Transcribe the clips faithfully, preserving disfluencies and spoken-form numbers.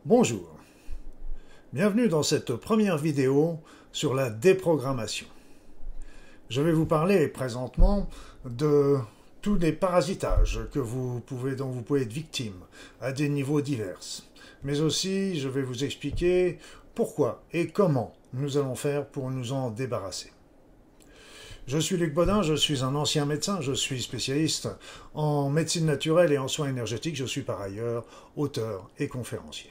Bonjour, bienvenue dans cette première vidéo sur la déprogrammation. Je vais vous parler présentement de tous les parasitages que vous pouvez, dont vous pouvez être victime à des niveaux divers. Mais aussi, je vais vous expliquer pourquoi et comment nous allons faire pour nous en débarrasser. Je suis Luc Bodin, je suis un ancien médecin, je suis spécialiste en médecine naturelle et en soins énergétiques, je suis par ailleurs auteur et conférencier.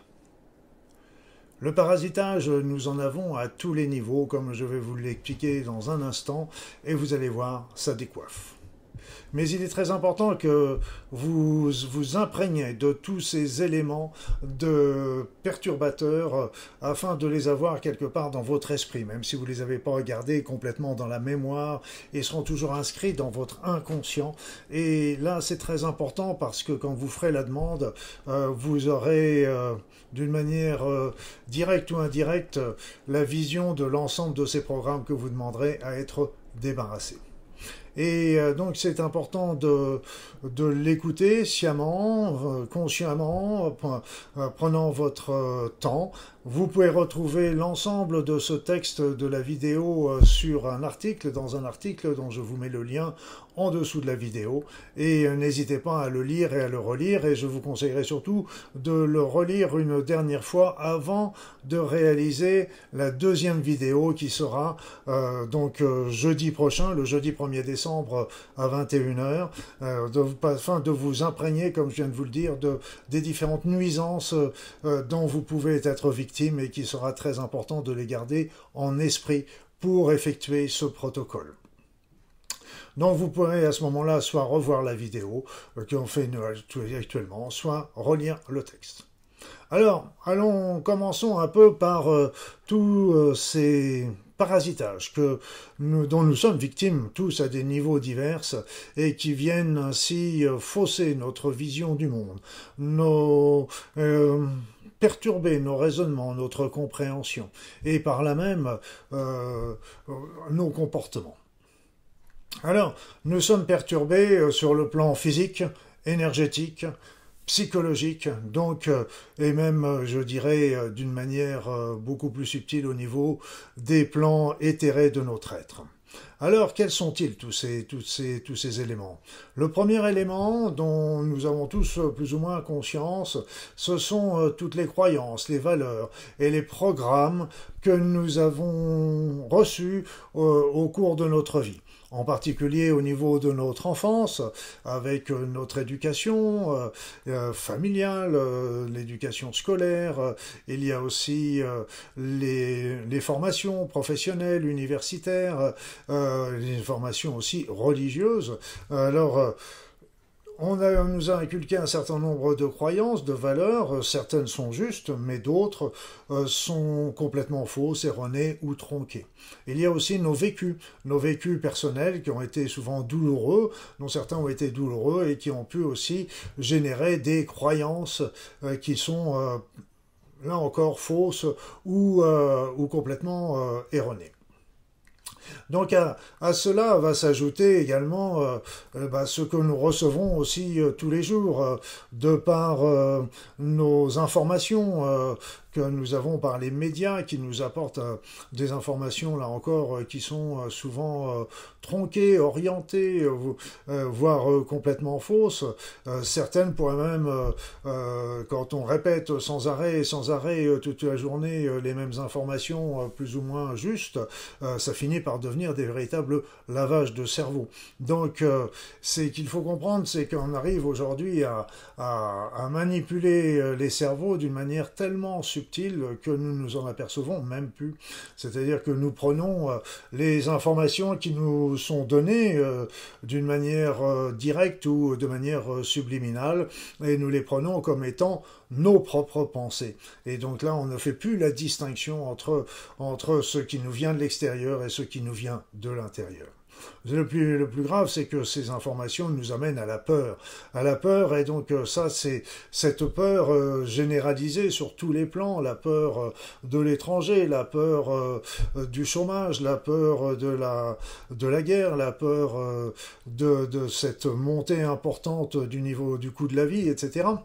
Le parasitage, nous en avons à tous les niveaux, comme je vais vous l'expliquer dans un instant, et vous allez voir, ça décoiffe. Mais il est très important que vous vous imprégniez de tous ces éléments de perturbateurs afin de les avoir quelque part dans votre esprit, même si vous ne les avez pas gardés complètement dans la mémoire, ils seront toujours inscrits dans votre inconscient. Et là, c'est très important parce que quand vous ferez la demande, euh, vous aurez euh, d'une manière euh, directe ou indirecte la vision de l'ensemble de ces programmes que vous demanderez à être débarrassés. Et donc c'est important de, de l'écouter sciemment, consciemment, prenant votre temps. Vous pouvez retrouver l'ensemble de ce texte de la vidéo sur un article, dans un article dont je vous mets le lien en dessous de la vidéo. Et n'hésitez pas à le lire et à le relire. Et je vous conseillerais surtout de le relire une dernière fois avant de réaliser la deuxième vidéo qui sera euh, donc euh, jeudi prochain, le jeudi premier décembre à vingt et une heures, euh, de, afin de vous imprégner, comme je viens de vous le dire, de, des différentes nuisances euh, dont vous pouvez être victime et qu'il sera très important de les garder en esprit pour effectuer ce protocole. Donc vous pourrez à ce moment-là soit revoir la vidéo euh, qu'on fait actuellement, soit relire le texte. Alors, allons, commençons un peu par euh, tous euh, ces parasitages que nous, dont nous sommes victimes tous à des niveaux divers et qui viennent ainsi euh, fausser notre vision du monde, nos, euh, perturber nos raisonnements, notre compréhension et par là même euh, nos comportements. Alors, nous sommes perturbés sur le plan physique, énergétique, psychologique, donc, et même, je dirais, d'une manière beaucoup plus subtile au niveau des plans éthérés de notre être. Alors, quels sont-ils tous ces, tous, ces, tous ces éléments? Le premier élément dont nous avons tous plus ou moins conscience, ce sont toutes les croyances, les valeurs et les programmes que nous avons reçus au cours de notre vie. En particulier au niveau de notre enfance, avec notre éducation euh, euh, familiale, euh, l'éducation scolaire, euh, il y a aussi euh, les, les formations professionnelles, universitaires, euh, les formations aussi religieuses. Alors, euh, On, a, on nous a inculqué un certain nombre de croyances, de valeurs, certaines sont justes, mais d'autres euh, sont complètement fausses, erronées ou tronquées. Il y a aussi nos vécus, nos vécus personnels qui ont été souvent douloureux, dont certains ont été douloureux et qui ont pu aussi générer des croyances euh, qui sont, euh, là encore, fausses ou, euh, ou complètement euh, erronées. Donc à, à cela va s'ajouter également euh, euh, bah, ce que nous recevons aussi euh, tous les jours, euh, de par euh, nos informations euh, que nous avons par les médias qui nous apportent euh, des informations, là encore, euh, qui sont euh, souvent euh, tronquées, orientées, euh, euh, voire euh, complètement fausses. Euh, certaines pourraient même, euh, euh, quand on répète sans arrêt et sans arrêt euh, toute la journée euh, les mêmes informations euh, plus ou moins justes, euh, ça finit par devenir des véritables lavages de cerveau. Donc, euh, c'est qu'il faut comprendre, c'est qu'on arrive aujourd'hui à, à, à manipuler les cerveaux d'une manière tellement subtile que nous nous en apercevons même plus. C'est-à-dire que nous prenons euh, les informations qui nous sont données euh, d'une manière euh, directe ou de manière euh, subliminale et nous les prenons comme étant nos propres pensées. Et donc là, on ne fait plus la distinction entre, entre ce qui nous vient de l'extérieur et ce qui nous vient de l'intérieur. Le plus, le plus grave, c'est que ces informations nous amènent à la peur. À la peur, et donc ça, c'est cette peur euh, généralisée sur tous les plans, la peur euh, de l'étranger, la peur euh, du chômage, la peur de la, de la guerre, la peur euh, de, de cette montée importante du niveau du coût de la vie, et cetera.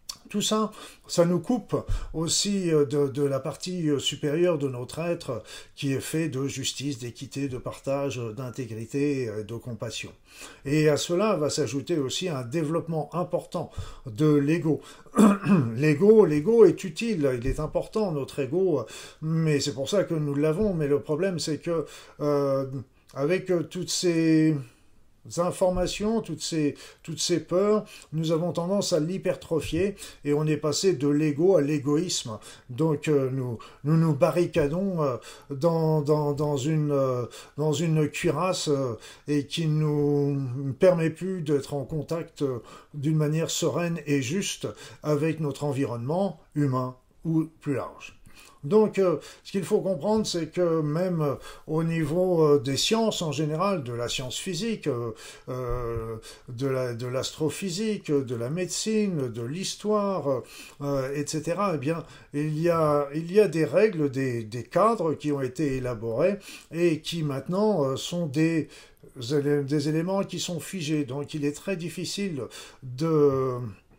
Tout ça, ça nous coupe aussi de, de la partie supérieure de notre être qui est fait de justice, d'équité, de partage, d'intégrité, de compassion. Et à cela va s'ajouter aussi un développement important de l'ego. L'ego, l'ego est utile, il est important, notre ego, mais c'est pour ça que nous l'avons. Mais le problème, c'est que euh, avec toutes ces informations, toutes ces, toutes ces peurs, nous avons tendance à l'hypertrophier et on est passé de l'ego à l'égoïsme. Donc euh, nous, nous nous barricadons euh, dans, dans, dans, une, euh, dans une cuirasse euh, et qui ne nous permet plus d'être en contact euh, d'une manière sereine et juste avec notre environnement humain ou plus large. Donc, euh, ce qu'il faut comprendre, c'est que même euh, au niveau euh, des sciences en général, de la science physique, euh, euh, de la, de l'astrophysique, de la médecine, de l'histoire, euh, et cetera, eh bien, il y a, il y a des règles, des, des cadres qui ont été élaborés et qui maintenant euh, sont des, des éléments qui sont figés. Donc, il est très difficile de...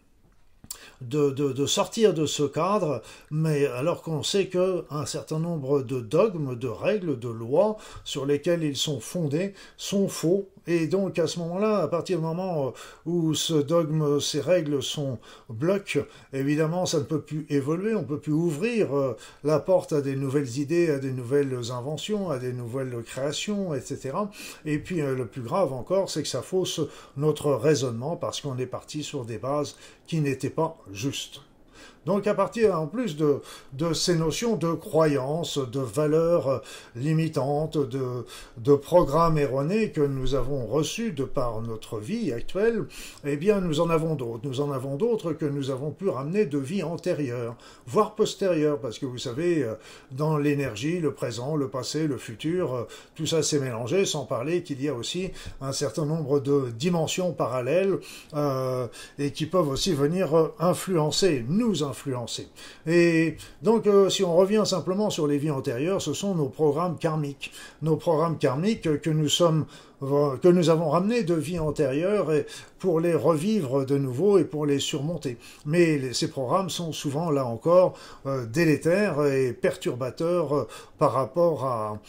De, de, de sortir de ce cadre, mais alors qu'on sait qu'un certain nombre de dogmes, de règles, de lois sur lesquelles ils sont fondés sont faux. Et donc à ce moment-là, à partir du moment où ce dogme, ces règles sont bloquent, évidemment ça ne peut plus évoluer, on ne peut plus ouvrir la porte à des nouvelles idées, à des nouvelles inventions, à des nouvelles créations, et cetera. Et puis le plus grave encore, c'est que ça fausse notre raisonnement parce qu'on est parti sur des bases qui n'étaient pas justes. Donc à partir en plus de, de ces notions de croyances, de valeurs limitantes, de, de programmes erronés que nous avons reçus de par notre vie actuelle, eh bien nous en avons d'autres. Nous en avons d'autres que nous avons pu ramener de vie antérieure, voire postérieure, parce que vous savez, dans l'énergie, le présent, le passé, le futur, tout ça s'est mélangé, sans parler qu'il y a aussi un certain nombre de dimensions parallèles euh, et qui peuvent aussi venir influencer, nous influencer. Influencé. Et donc, euh, si on revient simplement sur les vies antérieures, ce sont nos programmes karmiques. Nos programmes karmiques que nous sommes que nous avons ramenés de vies antérieures et pour les revivre de nouveau et pour les surmonter. Mais les, ces programmes sont souvent, là encore, euh, délétères et perturbateurs euh, par rapport à,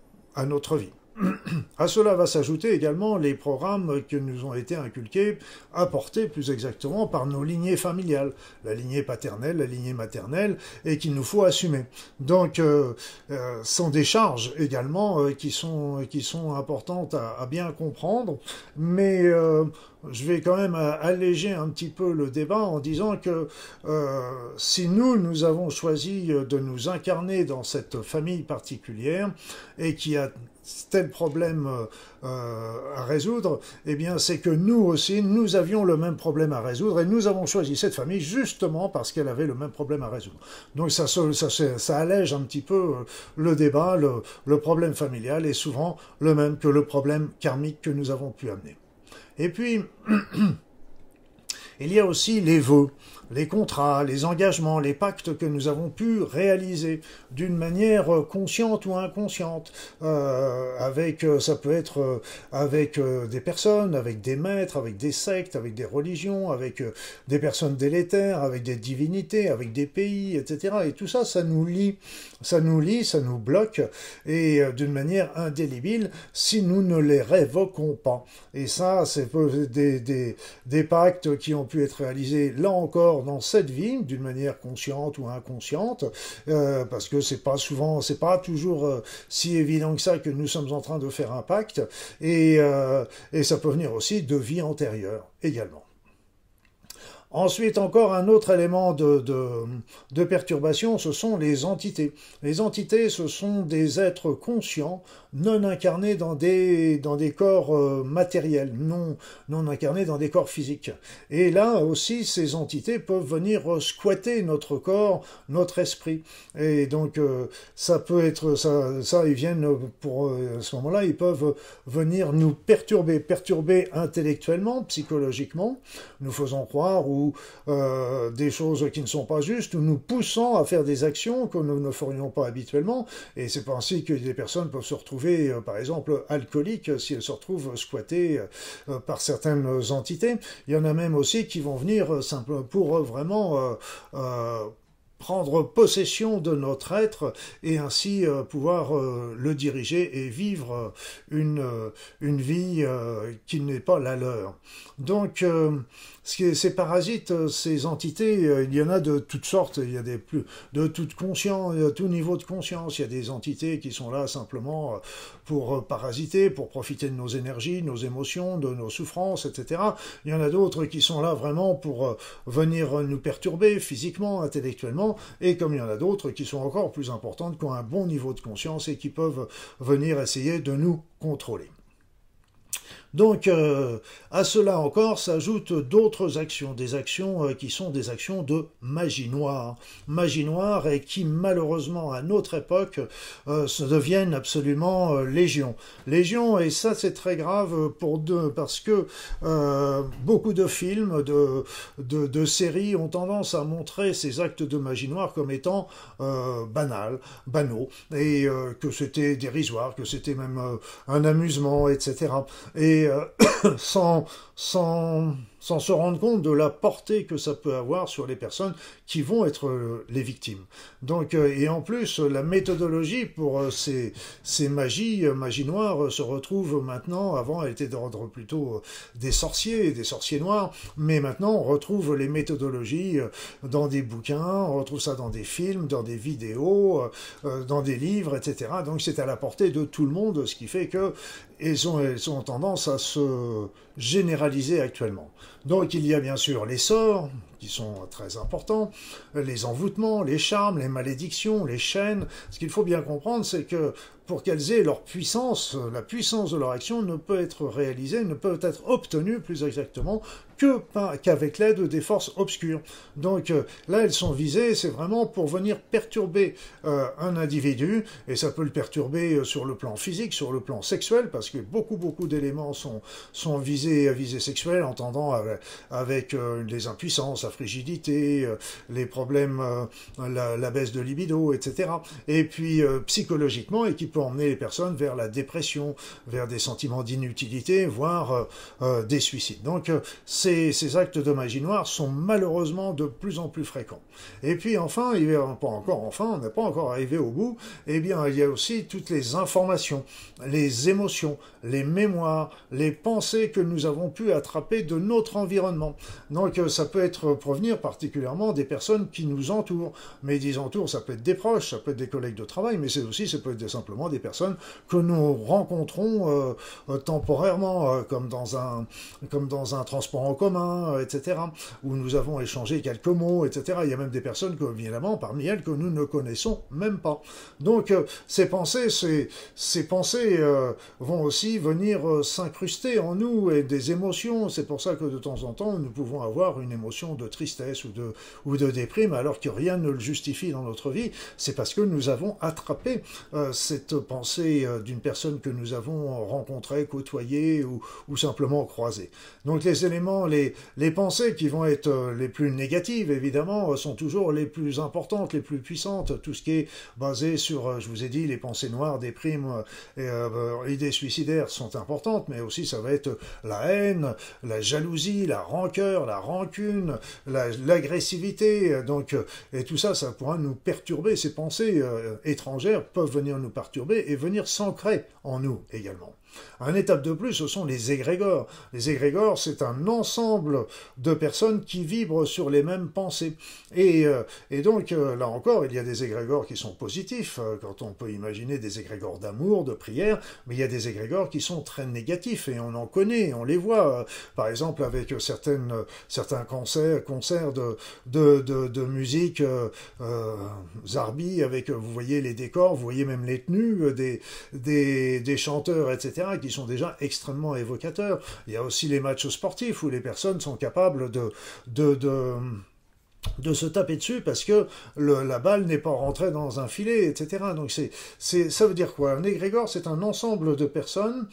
à notre vie. À cela va s'ajouter également les programmes qui nous ont été inculqués, apportés plus exactement par nos lignées familiales, la lignée paternelle, la lignée maternelle, et qu'il nous faut assumer. Donc, euh, euh, sont des charges également euh, qui sont, qui sont importantes à, à bien comprendre, mais euh, je vais quand même alléger un petit peu le débat en disant que euh, si nous, nous avons choisi de nous incarner dans cette famille particulière et qui a tel problème euh, à résoudre, eh bien c'est que nous aussi, nous avions le même problème à résoudre et nous avons choisi cette famille justement parce qu'elle avait le même problème à résoudre. Donc ça, ça, ça, ça allège un petit peu le débat, le, le problème familial est souvent le même que le problème karmique que nous avons pu amener. Et puis, il y a aussi les vœux, les contrats, les engagements, les pactes que nous avons pu réaliser d'une manière consciente ou inconsciente, euh, avec, ça peut être euh, avec euh, des personnes, avec des maîtres, avec des sectes, avec des religions, avec euh, des personnes délétères, avec des divinités, avec des pays, et cetera. Et tout ça, ça nous lie, ça nous lie, ça nous bloque, et euh, d'une manière indélébile, si nous ne les révoquons pas. Et ça, c'est des, des, des pactes qui ont pu être réalisés, là encore, dans cette vie, d'une manière consciente ou inconsciente, euh, parce que c'est pas souvent, c'est pas toujours euh, si évident que ça que nous sommes en train de faire un pacte, et, euh, et ça peut venir aussi de vie antérieure également. Ensuite, encore un autre élément de, de, de perturbation, ce sont les entités. Les entités, ce sont des êtres conscients, non incarnés dans des, dans des corps euh, matériels, non, non incarnés dans des corps physiques. Et là aussi, ces entités peuvent venir squatter notre corps, notre esprit. Et donc, euh, ça peut être, ça, ça ils viennent, pour euh, à ce moment-là, ils peuvent venir nous perturber, perturber intellectuellement, psychologiquement, nous faisons croire ou ou euh, des choses qui ne sont pas justes, ou nous poussant à faire des actions que nous ne ferions pas habituellement. Et c'est ainsi que des personnes peuvent se retrouver, euh, par exemple, alcooliques, si elles se retrouvent squattées euh, par certaines entités. Il y en a même aussi qui vont venir euh, simplement pour euh, vraiment euh, euh, prendre possession de notre être et ainsi euh, pouvoir euh, le diriger et vivre une, euh, une vie euh, qui n'est pas la leur. Donc, euh, ces parasites, ces entités, euh, il y en a de toutes sortes, il y a des plus, de toute conscience, de tout niveau de conscience, il y a des entités qui sont là simplement euh, pour euh, parasiter, pour profiter de nos énergies, de nos émotions, de nos souffrances, et cetera. Il y en a d'autres qui sont là vraiment pour euh, venir nous perturber physiquement, intellectuellement, et comme il y en a d'autres qui sont encore plus importantes, qui ont un bon niveau de conscience et qui peuvent venir essayer de nous contrôler. Donc, euh, à cela encore s'ajoutent d'autres actions, des actions euh, qui sont des actions de magie noire. Magie noire et qui, malheureusement, à notre époque, euh, se deviennent absolument euh, légion. Légion, et ça c'est très grave pour deux, parce que euh, beaucoup de films, de, de, de séries ont tendance à montrer ces actes de magie noire comme étant euh, banals, banaux, et euh, que c'était dérisoire, que c'était même euh, un amusement, et cetera. Et euh, sans, sans, sans se rendre compte de la portée que ça peut avoir sur les personnes qui vont être euh, les victimes. Donc, euh, et en plus, la méthodologie pour euh, ces, ces magies, euh, magies noires, euh, se retrouve maintenant, avant elle était d'ordre plutôt euh, des sorciers, des sorciers noirs, mais maintenant on retrouve les méthodologies euh, dans des bouquins, on retrouve ça dans des films, dans des vidéos, euh, dans des livres, et cetera. Donc c'est à la portée de tout le monde, ce qui fait que elles ont, elles ont tendance à se généraliser actuellement. Donc il y a bien sûr les sorts, qui sont très importants, les envoûtements, les charmes, les malédictions, les chaînes. Ce qu'il faut bien comprendre, c'est que pour qu'elles aient leur puissance, la puissance de leur action ne peut être réalisée, ne peut être obtenue plus exactement que qu'avec l'aide des forces obscures. Donc euh, là, elles sont visées, c'est vraiment pour venir perturber euh, un individu, et ça peut le perturber sur le plan physique, sur le plan sexuel, parce que beaucoup, beaucoup d'éléments sont, sont visés à visée sexuelle, entendant avec, avec euh, les impuissances, la frigidité, euh, les problèmes, euh, la, la baisse de libido, et cetera. Et puis euh, psychologiquement, et qui peut emmener les personnes vers la dépression, vers des sentiments d'inutilité, voire euh, euh, des suicides. Donc euh, c'est Ces, ces actes de magie noire sont malheureusement de plus en plus fréquents. Et puis enfin, il y a pas encore enfin, on n'est pas encore arrivé au bout, eh bien il y a aussi toutes les informations, les émotions, les mémoires, les pensées que nous avons pu attraper de notre environnement. Donc ça peut être provenir particulièrement des personnes qui nous entourent. Mais des entours, ça peut être des proches, ça peut être des collègues de travail, mais c'est aussi, ça peut être simplement des personnes que nous rencontrons euh, euh, temporairement, euh, comme dans un, comme dans un transport en commun, et cetera, où nous avons échangé quelques mots, et cetera. Il y a même des personnes, que, évidemment, parmi elles, que nous ne connaissons même pas. Donc, euh, ces pensées, ces, ces pensées euh, vont aussi venir euh, s'incruster en nous, et des émotions. C'est pour ça que, de temps en temps, nous pouvons avoir une émotion de tristesse ou de, ou de déprime, alors que rien ne le justifie dans notre vie. C'est parce que nous avons attrapé euh, cette pensée euh, d'une personne que nous avons rencontrée, côtoyée, ou, ou simplement croisée. Donc, les éléments, Les, les pensées qui vont être les plus négatives, évidemment, sont toujours les plus importantes, les plus puissantes. Tout ce qui est basé sur, je vous ai dit, les pensées noires, des primes et euh, idées suicidaires sont importantes, mais aussi ça va être la haine, la jalousie, la rancœur, la rancune, l'agressivité. La, donc, et tout ça, ça pourra nous perturber. Ces pensées euh, étrangères peuvent venir nous perturber et venir s'ancrer en nous également. Un étape de plus, ce sont les égrégores. Les égrégores, c'est un ensemble de personnes qui vibrent sur les mêmes pensées. Et, euh, et donc, euh, là encore, il y a des égrégores qui sont positifs, euh, quand on peut imaginer des égrégores d'amour, de prière, mais il y a des égrégores qui sont très négatifs, et on en connaît, on les voit, euh, par exemple avec certaines, certains concerts, concerts de, de, de, de musique euh, euh, zarbi, avec, vous voyez les décors, vous voyez même les tenues des, des, des chanteurs, et cetera, qui sont déjà extrêmement évocateurs. Il y a aussi les matchs sportifs où les personnes sont capables de, de, de, de se taper dessus parce que le, la balle n'est pas rentrée dans un filet, et cetera. Donc c'est, c'est, ça veut dire quoi? Un égrégore, c'est un ensemble de personnes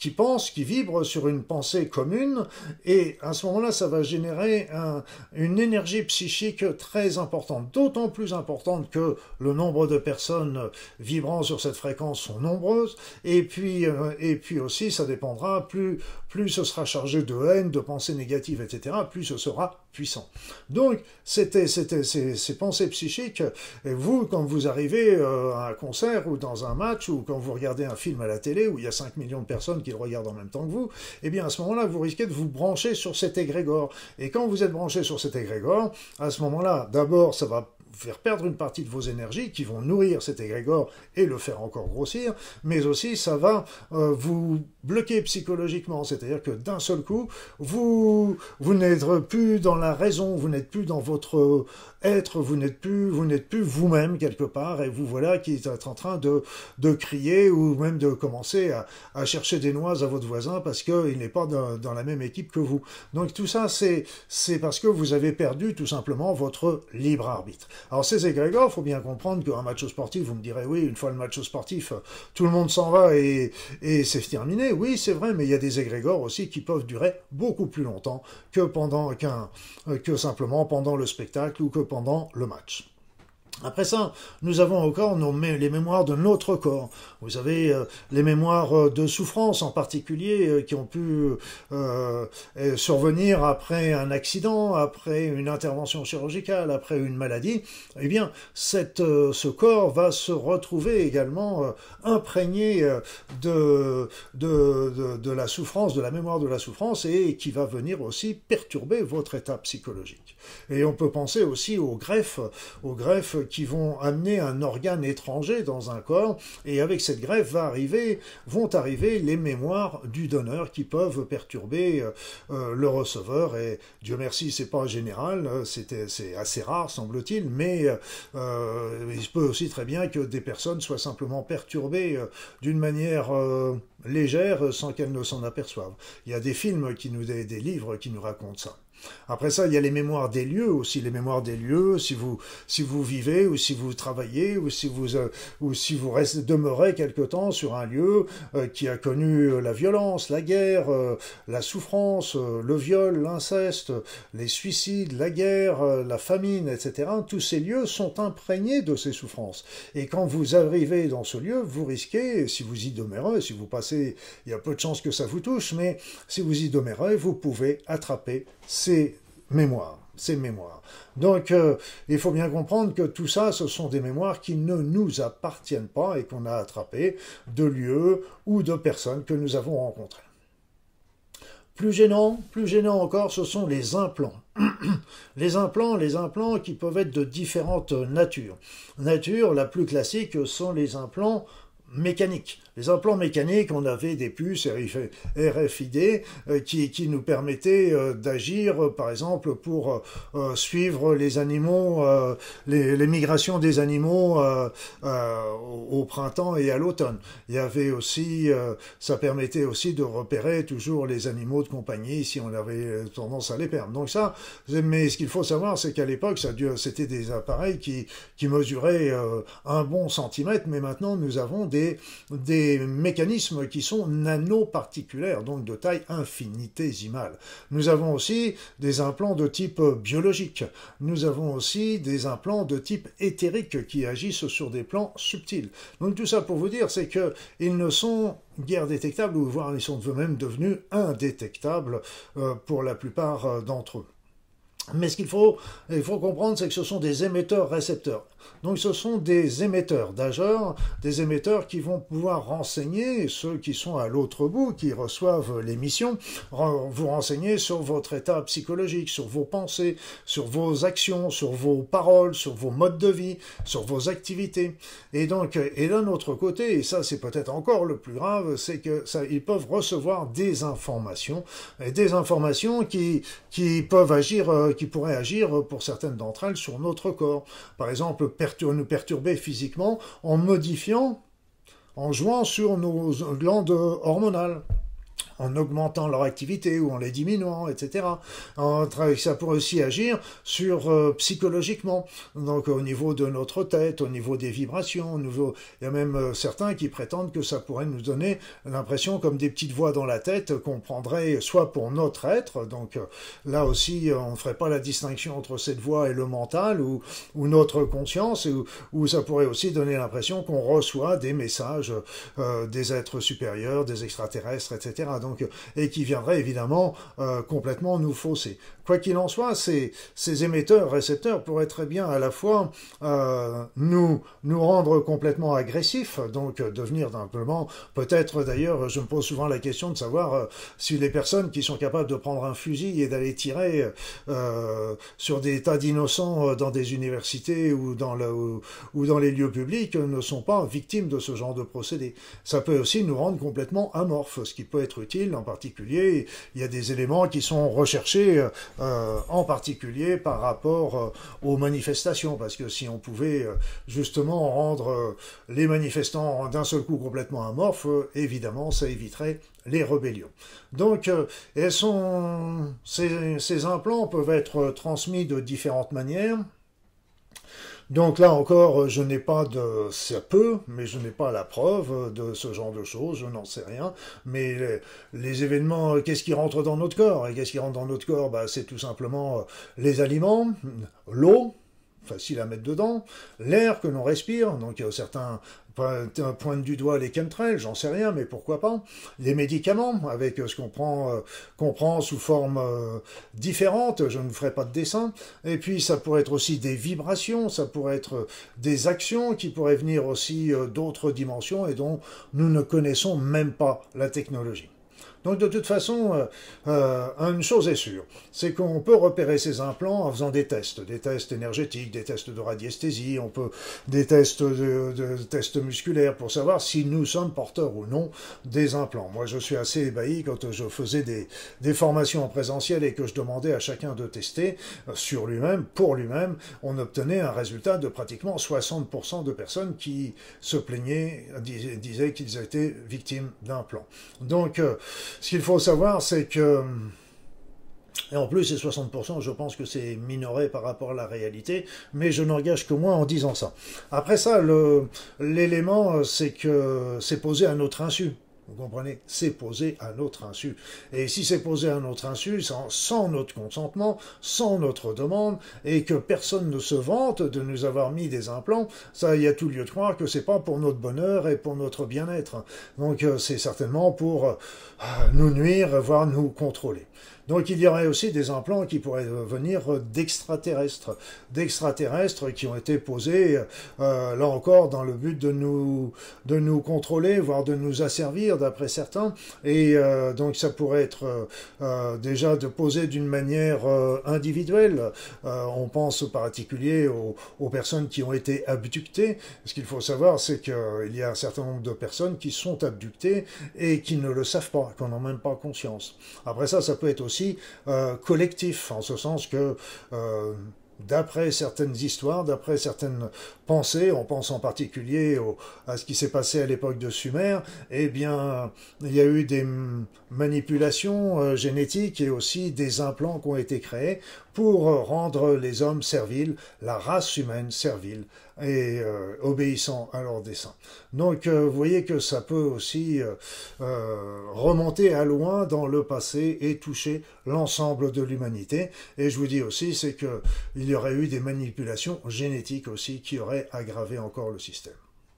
qui pense, qui vibre sur une pensée commune, et à ce moment-là, ça va générer un, une énergie psychique très importante, d'autant plus importante que le nombre de personnes vibrant sur cette fréquence sont nombreuses, et puis, euh, et puis aussi, ça dépendra, plus, plus ce sera chargé de haine, de pensées négatives, et cetera, plus ce sera puissant. Donc, c'était, c'était ces, ces pensées psychiques, et vous, quand vous arrivez euh, à un concert, ou dans un match, ou quand vous regardez un film à la télé, où il y a cinq millions de personnes qui le regardent en même temps que vous, eh bien, à ce moment-là, vous risquez de vous brancher sur cet égrégore. Et quand vous êtes branché sur cet égrégore, à ce moment-là, d'abord, ça va faire perdre une partie de vos énergies qui vont nourrir cet égrégore et le faire encore grossir, mais aussi ça va euh, vous bloquer psychologiquement, c'est-à-dire que d'un seul coup, vous, vous n'êtes plus dans la raison, vous n'êtes plus dans votre être, vous n'êtes plus, vous n'êtes plus vous-même quelque part, et vous voilà qui êtes en train de, de crier ou même de commencer à, à chercher des noix à votre voisin parce qu'il n'est pas dans, dans la même équipe que vous. Donc tout ça, c'est, c'est parce que vous avez perdu tout simplement votre libre arbitre. Alors ces égrégores, il faut bien comprendre qu'un match sportif, vous me direz, oui, une fois le match sportif, tout le monde s'en va et, et c'est terminé. Oui, c'est vrai, mais il y a des égrégores aussi qui peuvent durer beaucoup plus longtemps que, pendant, qu'un, que simplement pendant le spectacle ou que pendant le match. Après ça, nous avons encore nos, les mémoires de notre corps. Vous avez euh, les mémoires de souffrance en particulier euh, qui ont pu euh, survenir après un accident, après une intervention chirurgicale, après une maladie. Eh bien, cette, euh, ce corps va se retrouver également euh, imprégné euh, de, de, de, de la souffrance, de la mémoire de la souffrance, et qui va venir aussi perturber votre état psychologique. Et on peut penser aussi aux greffes, aux greffes qui vont amener un organe étranger dans un corps, et avec cette greffe va arriver, vont arriver les mémoires du donneur qui peuvent perturber euh, le receveur, et Dieu merci, c'est pas général, c'est, c'est assez rare semble-t-il, mais euh, il se peut aussi très bien que des personnes soient simplement perturbées euh, d'une manière euh, légère sans qu'elles ne s'en aperçoivent. Il y a des films, qui nous, des, des livres qui nous racontent ça. Après ça, il y a les mémoires des lieux aussi, les mémoires des lieux, si vous, si vous vivez, ou si vous travaillez, ou si vous, euh, ou si vous restez, demeurez quelque temps sur un lieu euh, qui a connu la violence, la guerre, euh, la souffrance, euh, le viol, l'inceste, les suicides, la guerre, euh, la famine, et cetera. Tous ces lieux sont imprégnés de ces souffrances. Et quand vous arrivez dans ce lieu, vous risquez, si vous y demeurez, si vous passez, il y a peu de chances que ça vous touche, mais si vous y demeurez, vous pouvez attraper ces mémoires, ces mémoires. Donc, euh, il faut bien comprendre que tout ça, ce sont des mémoires qui ne nous appartiennent pas et qu'on a attrapées de lieux ou de personnes que nous avons rencontrées. Plus gênant, plus gênant encore, ce sont les implants. Les implants, les implants qui peuvent être de différentes natures. Nature, la plus classique, sont les implants mécaniques. Les implants mécaniques, on avait des puces R F I D euh, qui, qui nous permettaient euh, d'agir, euh, par exemple, pour euh, suivre les animaux, euh, les, les migrations des animaux euh, euh, au printemps et à l'automne. Il y avait aussi, euh, ça permettait aussi de repérer toujours les animaux de compagnie si on avait tendance à les perdre. Donc ça, mais ce qu'il faut savoir, c'est qu'à l'époque, ça c'était des appareils qui, qui mesuraient euh, un bon centimètre, mais maintenant nous avons des, des Des mécanismes qui sont nanoparticulaires, donc de taille infinitésimale. Nous avons aussi des implants de type biologique. Nous avons aussi des implants de type éthérique qui agissent sur des plans subtils. Donc tout ça pour vous dire, c'est qu'ils ne sont guère détectables, ou voire ils sont même devenus indétectables euh, pour la plupart d'entre eux. Mais ce qu'il faut, il faut comprendre, c'est que ce sont des émetteurs-récepteurs. Donc ce sont des émetteurs d'ageurs, des émetteurs qui vont pouvoir renseigner ceux qui sont à l'autre bout, qui reçoivent l'émission, vous renseigner sur votre état psychologique, sur vos pensées, sur vos actions, sur vos paroles, sur vos modes de vie, sur vos activités. Et donc, et d'un autre côté, et ça c'est peut-être encore le plus grave, c'est que ça, ils peuvent recevoir des informations, et des informations qui, qui peuvent agir, qui pourraient agir pour certaines d'entre elles sur notre corps. Par exemple, pertur- nous perturber physiquement en modifiant, en jouant sur nos glandes hormonales, en augmentant leur activité ou en les diminuant, et cetera. Ça pourrait aussi agir sur euh, psychologiquement, donc au niveau de notre tête, au niveau des vibrations, au niveau... il y a même euh, certains qui prétendent que ça pourrait nous donner l'impression comme des petites voix dans la tête qu'on prendrait soit pour notre être, donc euh, là aussi on ne ferait pas la distinction entre cette voix et le mental ou, ou notre conscience, ou, ou ça pourrait aussi donner l'impression qu'on reçoit des messages euh, des êtres supérieurs, des extraterrestres, et cetera. Donc, et qui viendraient évidemment euh, complètement nous fausser. Quoi qu'il en soit, ces, ces émetteurs, récepteurs pourraient très bien à la fois euh, nous, nous rendre complètement agressifs, donc euh, devenir simplement, peut-être d'ailleurs, je me pose souvent la question de savoir euh, si les personnes qui sont capables de prendre un fusil et d'aller tirer euh, sur des tas d'innocents euh, dans des universités ou dans, le, ou, ou dans les lieux publics euh, ne sont pas victimes de ce genre de procédé. Ça peut aussi nous rendre complètement amorphes, ce qui peut être utile en particulier. Il y a des éléments qui sont recherchés Euh, en particulier par rapport euh, aux manifestations, parce que si on pouvait euh, justement rendre euh, les manifestants d'un seul coup complètement amorphes, euh, évidemment ça éviterait les rébellions. Donc euh, elles sont, ces, ces implants peuvent être transmis de différentes manières. Donc là encore, je n'ai pas de... ça peut, mais je n'ai pas la preuve de ce genre de choses, je n'en sais rien. Mais les, les événements, qu'est-ce qui rentre dans notre corps? Et qu'est-ce qui rentre dans notre corps? Bah, c'est tout simplement les aliments, l'eau, facile à mettre dedans, l'air que l'on respire, donc il y a certains pointent du doigt les chemtrails, j'en sais rien, mais pourquoi pas, les médicaments, avec ce qu'on prend, euh, qu'on prend sous forme euh, différente, je ne vous ferai pas de dessin, et puis ça pourrait être aussi des vibrations, ça pourrait être des actions qui pourraient venir aussi euh, d'autres dimensions et dont nous ne connaissons même pas la technologie. Donc de toute façon, euh, euh, une chose est sûre, c'est qu'on peut repérer ces implants en faisant des tests, des tests énergétiques, des tests de radiesthésie, on peut des tests de, de tests musculaires pour savoir si nous sommes porteurs ou non des implants. Moi, je suis assez ébahi quand je faisais des, des formations en présentiel et que je demandais à chacun de tester sur lui-même, pour lui-même, on obtenait un résultat de pratiquement soixante pour cent de personnes qui se plaignaient, disaient, disaient qu'ils étaient victimes d'implants. Donc, euh, ce qu'il faut savoir, c'est que, et en plus, ces soixante pour cent, je pense que c'est minoré par rapport à la réalité, mais je n'engage que moi en disant ça. Après ça, l'élément, c'est que c'est posé à notre insu. Vous comprenez? C'est posé à notre insu. Et si c'est posé à notre insu, sans, sans notre consentement, sans notre demande, et que personne ne se vante de nous avoir mis des implants, ça, il y a tout lieu de croire que c'est pas pour notre bonheur et pour notre bien-être. Donc c'est certainement pour euh, nous nuire, voire nous contrôler. Donc il y aurait aussi des implants qui pourraient venir d'extraterrestres, d'extraterrestres qui ont été posés, euh, là encore, dans le but de nous, de nous contrôler, voire de nous asservir, d'après certains. Et euh, donc ça pourrait être euh, déjà de poser d'une manière euh, individuelle. Euh, on pense en particulier aux, aux personnes qui ont été abductées. Ce qu'il faut savoir, c'est qu'il y a un certain nombre de personnes qui sont abductées et qui ne le savent pas, qui n'en ont même pas conscience. Après ça, ça peut être aussi Euh, collectif, en ce sens que euh, d'après certaines histoires, d'après certaines pensées, on pense en particulier au, à ce qui s'est passé à l'époque de Sumer, eh bien, il y a eu des manipulations euh, génétiques et aussi des implants qui ont été créés pour rendre les hommes serviles, la race humaine servile et euh, obéissant à leurs desseins. Donc euh, vous voyez que ça peut aussi euh, euh, remonter à loin dans le passé et toucher l'ensemble de l'humanité. Et je vous dis aussi, c'est qu'il y aurait eu des manipulations génétiques aussi qui auraient aggravé encore le système.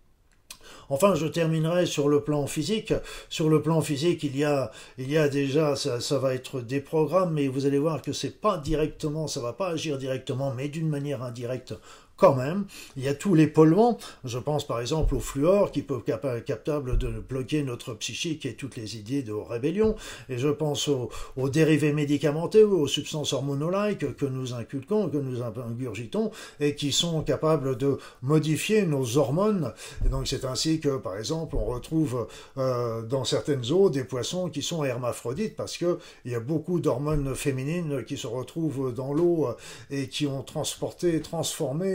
Enfin, je terminerai sur le plan physique. Sur le plan physique, il y a, il y a déjà, ça, ça va être des programmes, mais vous allez voir que c'est pas directement, ça va pas agir directement, mais d'une manière indirecte quand même. Il y a tous les polluants, je pense par exemple au fluor qui peut être capable de bloquer notre psychique et toutes les idées de rébellion, et je pense aux, aux dérivés médicamenteux, aux substances hormonolike que nous inculquons, que nous ingurgitons, et qui sont capables de modifier nos hormones. Et donc c'est ainsi que, par exemple, on retrouve euh, dans certaines eaux des poissons qui sont hermaphrodites, parce qu'il y a beaucoup d'hormones féminines qui se retrouvent dans l'eau et qui ont transporté, transformé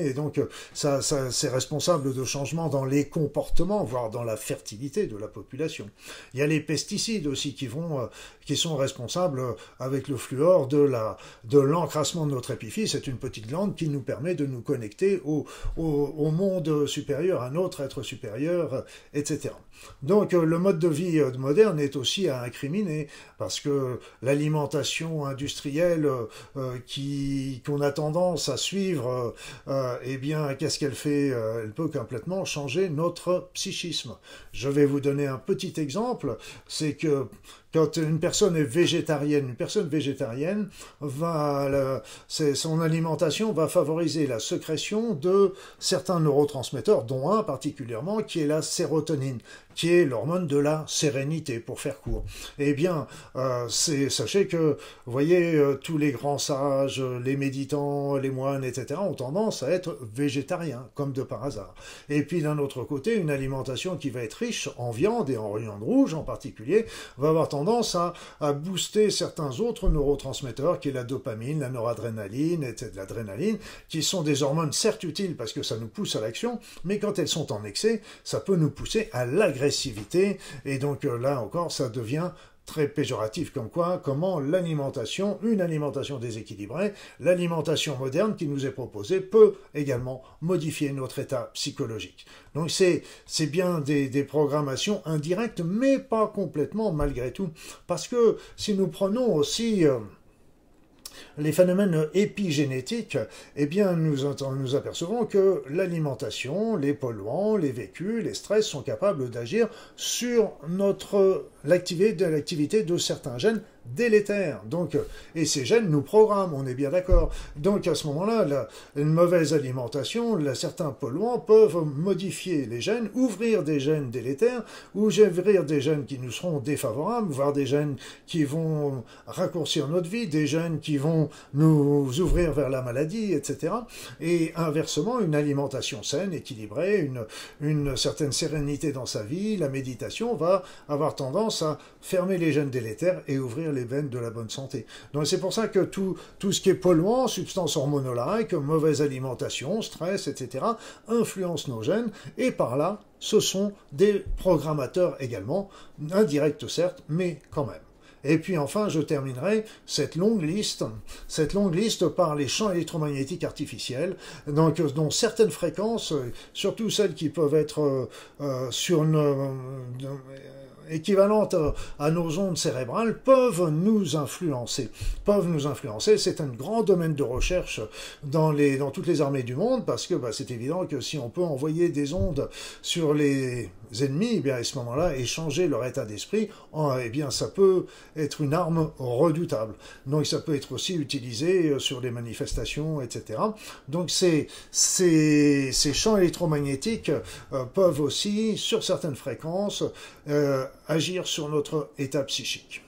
et donc ça, ça c'est responsable de changements dans les comportements, voire dans la fertilité de la population. Il y a les pesticides aussi qui vont, euh, qui sont responsables euh, avec le fluor de la, de l'encrassement de notre épiphyse. C'est une petite glande qui nous permet de nous connecter au, au, au monde supérieur, à notre être supérieur, euh, et cetera. Donc euh, le mode de vie euh, moderne est aussi à incriminer parce que l'alimentation industrielle euh, euh, qui qu'on a tendance à suivre, euh, euh, eh bien, qu'est-ce qu'elle fait? euh, Elle peut complètement changer notre psychisme. Je vais vous donner un petit exemple, c'est que quand une personne est végétarienne, une personne végétarienne va, la, son alimentation va favoriser la sécrétion de certains neurotransmetteurs, dont un particulièrement qui est la sérotonine, qui est l'hormone de la sérénité, pour faire court. Eh bien, euh, sachez que, vous voyez, euh, tous les grands sages, les méditants, les moines, et cetera, ont tendance à être végétariens, comme de par hasard. Et puis, d'un autre côté, une alimentation qui va être riche en viande et en viande rouge en particulier, va avoir tendance à, à booster certains autres neurotransmetteurs, qui est la dopamine, la noradrénaline, et cetera, l'adrénaline, qui sont des hormones certes utiles parce que ça nous pousse à l'action, mais quand elles sont en excès, ça peut nous pousser à l'agressivité, et donc là encore, ça devient très péjoratif, comme quoi, comment l'alimentation, une alimentation déséquilibrée, l'alimentation moderne qui nous est proposée peut également modifier notre état psychologique. Donc c'est c'est bien des, des programmations indirectes, mais pas complètement malgré tout, parce que si nous prenons aussi euh, les phénomènes épigénétiques, eh bien nous, nous apercevons que l'alimentation, les polluants, les vécus, les stress sont capables d'agir sur notre l'activité de l'activité de certains gènes délétères. Donc, et ces gènes nous programment, on est bien d'accord. Donc à ce moment-là, la, une mauvaise alimentation, là, certains polluants peuvent modifier les gènes, ouvrir des gènes délétères, ou ouvrir des gènes qui nous seront défavorables, voire des gènes qui vont raccourcir notre vie, des gènes qui vont nous ouvrir vers la maladie, et cetera. Et inversement, une alimentation saine, équilibrée, une, une certaine sérénité dans sa vie, la méditation va avoir tendance à fermer les gènes délétères et ouvrir les veines de la bonne santé. Donc c'est pour ça que tout, tout ce qui est polluant, substances hormonolaires, mauvaise alimentation, stress, et cetera, influence nos gènes, et par là, ce sont des programmateurs également, indirects certes, mais quand même. Et puis enfin, je terminerai cette longue liste, cette longue liste par les champs électromagnétiques artificiels, donc, dont certaines fréquences, surtout celles qui peuvent être euh, sur une, euh, équivalentes à nos ondes cérébrales, peuvent nous influencer. Peuvent nous influencer. C'est un grand domaine de recherche dans, les, dans toutes les armées du monde, parce que bah, c'est évident que si on peut envoyer des ondes sur les ennemis, eh bien, à ce moment-là, et changer leur état d'esprit, eh bien, ça peut être une arme redoutable. Donc ça peut être aussi utilisé sur les manifestations, et cetera. Donc ces, ces, ces champs électromagnétiques euh, peuvent aussi, sur certaines fréquences, euh, agir sur notre état psychique.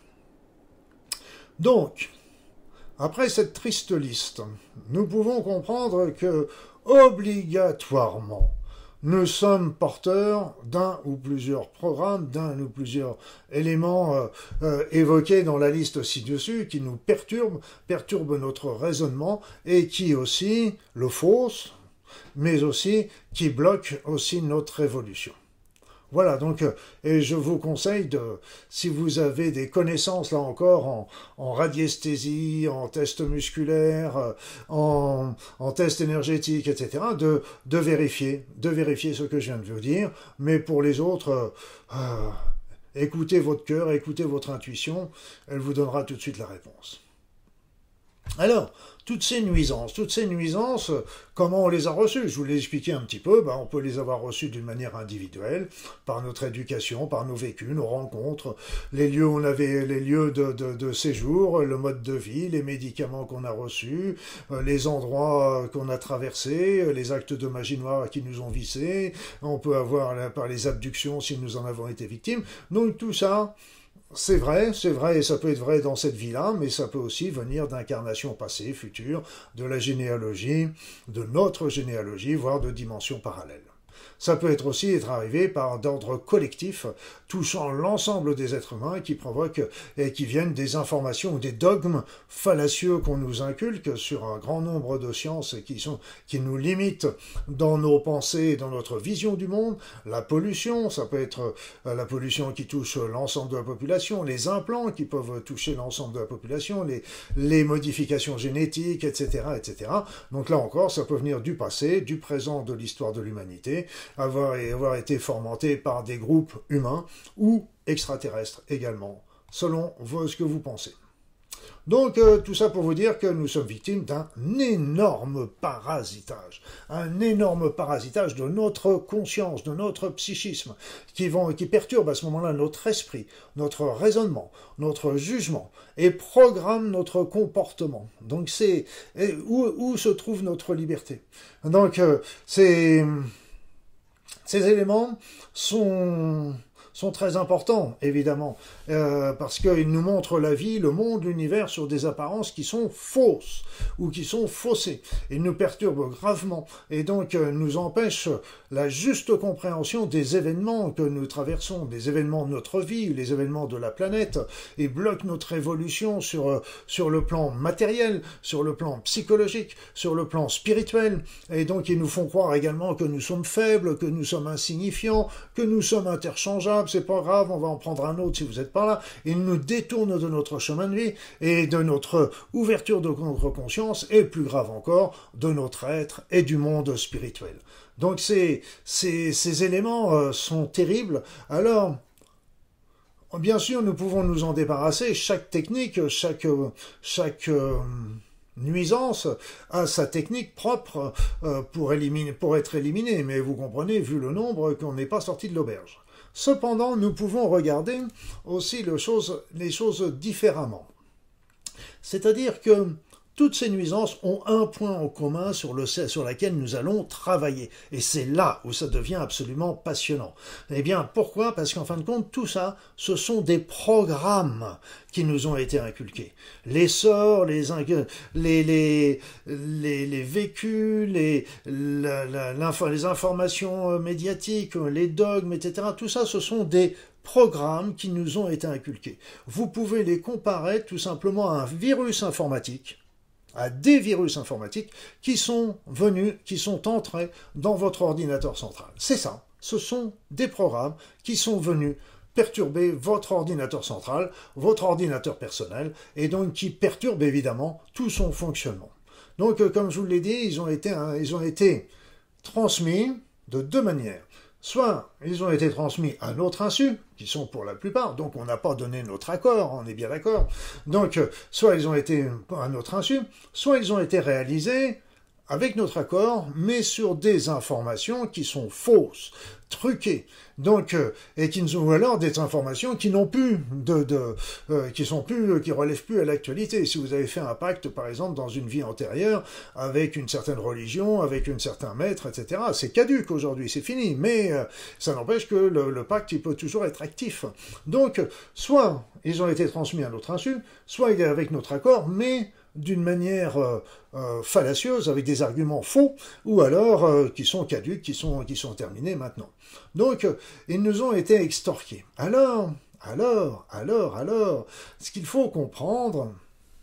Donc, après cette triste liste, nous pouvons comprendre que, obligatoirement, nous sommes porteurs d'un ou plusieurs programmes, d'un ou plusieurs éléments euh, euh, évoqués dans la liste ci-dessus qui nous perturbent, perturbent notre raisonnement et qui aussi le faussent, mais aussi qui bloquent aussi notre évolution. Voilà, donc, et je vous conseille de, si vous avez des connaissances, là encore, en, en radiesthésie, en test musculaire, en, en test énergétique, et cetera, de, de vérifier, de vérifier ce que je viens de vous dire, mais pour les autres, euh, écoutez votre cœur, écoutez votre intuition, elle vous donnera tout de suite la réponse. Alors, toutes ces nuisances, toutes ces nuisances, comment on les a reçues? Je vous l'ai expliqué un petit peu, ben on peut les avoir reçues d'une manière individuelle, par notre éducation, par nos vécus, nos rencontres, les lieux où on avait les lieux de, de, de séjour, le mode de vie, les médicaments qu'on a reçus, les endroits qu'on a traversés, les actes de magie noire qui nous ont vissés, on peut avoir par les abductions si nous en avons été victimes. Donc tout ça, c'est vrai, c'est vrai, et ça peut être vrai dans cette vie-là, mais ça peut aussi venir d'incarnations passées, futures, de la généalogie, de notre généalogie, voire de dimensions parallèles. Ça peut être aussi être arrivé par d'ordre collectif, touchant l'ensemble des êtres humains qui provoquent et qui viennent des informations ou des dogmes fallacieux qu'on nous inculque sur un grand nombre de sciences et qui, sont, qui nous limitent dans nos pensées et dans notre vision du monde. La pollution, ça peut être la pollution qui touche l'ensemble de la population, les implants qui peuvent toucher l'ensemble de la population, les, les modifications génétiques, et cetera, et cetera. Donc là encore, ça peut venir du passé, du présent de l'histoire de l'humanité, avoir, avoir été fomenté par des groupes humains ou extraterrestres également, selon ce que vous pensez. Donc euh, tout ça pour vous dire que nous sommes victimes d'un énorme parasitage, un énorme parasitage de notre conscience, de notre psychisme, qui, vont, qui perturbe à ce moment-là notre esprit, notre raisonnement, notre jugement, et programme notre comportement. Donc c'est où, où se trouve notre liberté. Donc euh, c'est... Ces éléments sont, sont très importants, évidemment, euh, parce qu'ils nous montrent la vie, le monde, l'univers sur des apparences qui sont fausses ou qui sont faussées. Ils nous perturbent gravement et donc euh, nous empêchent la juste compréhension des événements que nous traversons, des événements de notre vie, les événements de la planète, et bloquent notre évolution sur, euh, sur le plan matériel, sur le plan psychologique, sur le plan spirituel, et donc ils nous font croire également que nous sommes faibles, que nous sommes insignifiants, que nous sommes interchangeables, c'est pas grave, on va en prendre un autre si vous n'êtes pas là. Ils nous détournent de notre chemin de vie et de notre ouverture de notre conscience, et plus grave encore, de notre être et du monde spirituel. Donc ces, ces, ces éléments euh, sont terribles. Alors, bien sûr, nous pouvons nous en débarrasser. Chaque technique, chaque... chaque euh, nuisance a sa technique propre euh, pour, éliminer, pour être éliminée, mais vous comprenez, vu le nombre, qu'on n'est pas sorti de l'auberge. Cependant, nous pouvons regarder aussi le chose, les choses différemment. C'est-à-dire que toutes ces nuisances ont un point en commun sur, le, sur lequel nous allons travailler. Et c'est là où ça devient absolument passionnant. Eh bien, pourquoi? Parce qu'en fin de compte, tout ça, ce sont des programmes qui nous ont été inculqués. Les sorts, les, les, les, les, les vécus, les, la, la, les informations médiatiques, les dogmes, et cetera. Tout ça, ce sont des programmes qui nous ont été inculqués. Vous pouvez les comparer tout simplement à un virus informatique, à des virus informatiques qui sont venus, qui sont entrés dans votre ordinateur central. C'est ça, ce sont des programmes qui sont venus perturber votre ordinateur central, votre ordinateur personnel, et donc qui perturbent évidemment tout son fonctionnement. Donc, comme je vous l'ai dit, ils ont été, hein, ils ont été transmis de deux manières. Soit ils ont été transmis à notre insu, qui sont pour la plupart, donc on n'a pas donné notre accord, on est bien d'accord. Donc, soit ils ont été à notre insu, soit ils ont été réalisés avec notre accord, mais sur des informations qui sont fausses, truquées, donc euh, et qui nous ou alors des informations qui n'ont plus de, de euh, qui sont plus, qui relèvent plus à l'actualité. Si vous avez fait un pacte, par exemple, dans une vie antérieure, avec une certaine religion, avec un certain maître, et cetera, c'est caduque aujourd'hui, c'est fini. Mais euh, ça n'empêche que le, le pacte, il peut toujours être actif. Donc, soit ils ont été transmis à notre insu, soit il est avec notre accord, mais d'une manière euh, euh, fallacieuse, avec des arguments faux, ou alors euh, qui sont caduques, qui sont, qui sont terminés maintenant. Donc, euh, ils nous ont été extorqués. Alors, alors, alors, alors, ce qu'il faut comprendre,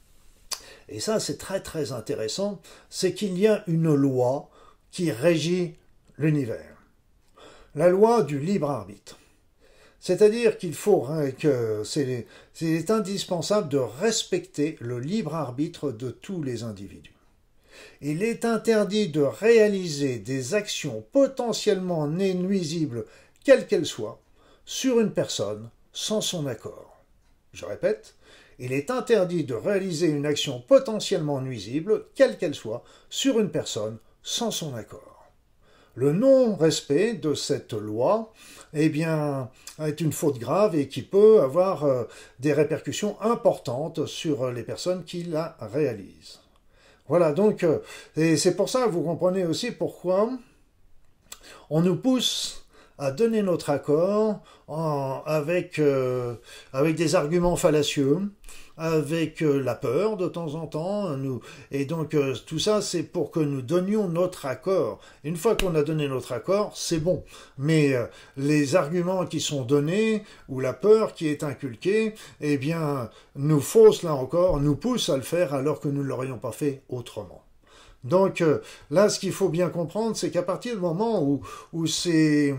et ça c'est très très intéressant, c'est qu'il y a une loi qui régit l'univers. La loi du libre arbitre. C'est-à-dire qu'il faut que c'est, c'est indispensable de respecter le libre arbitre de tous les individus. Il est interdit de réaliser des actions potentiellement nuisibles, quelles qu'elles soient, sur une personne sans son accord. Je répète, il est interdit de réaliser une action potentiellement nuisible, quelle qu'elle soit, sur une personne sans son accord. Le non-respect de cette loi, eh bien, est une faute grave et qui peut avoir euh, des répercussions importantes sur les personnes qui la réalisent. Voilà, donc, euh, et c'est pour ça que vous comprenez aussi pourquoi on nous pousse à donner notre accord en, avec, euh, avec des arguments fallacieux, avec euh, la peur de temps en temps. Nous, et donc euh, tout ça, c'est pour que nous donnions notre accord. Une fois qu'on a donné notre accord, c'est bon. Mais euh, les arguments qui sont donnés, ou la peur qui est inculquée, eh bien, nous faussent là encore, nous poussent à le faire alors que nous ne l'aurions pas fait autrement. Donc euh, là, ce qu'il faut bien comprendre, c'est qu'à partir du moment où, où ces...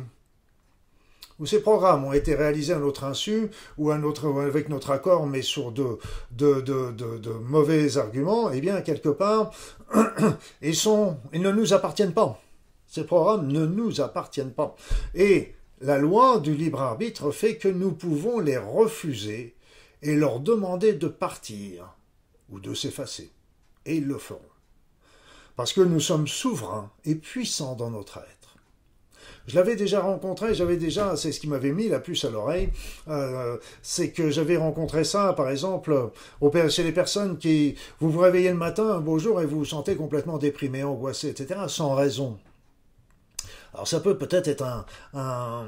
où ces programmes ont été réalisés à notre insu, ou à notre, avec notre accord, mais sur de, de, de, de, de mauvais arguments, eh bien, quelque part, ils, sont, ils ne nous appartiennent pas. Ces programmes ne nous appartiennent pas. Et la loi du libre arbitre fait que nous pouvons les refuser et leur demander de partir, ou de s'effacer. Et ils le feront. Parce que nous sommes souverains et puissants dans notre être. Je l'avais déjà rencontré, j'avais déjà, c'est ce qui m'avait mis la puce à l'oreille, euh, c'est que j'avais rencontré ça, par exemple, au, chez les personnes qui, vous vous réveillez le matin, un beau jour, et vous vous sentez complètement déprimé, angoissé, et cetera, sans raison. Alors ça peut peut-être être un, un,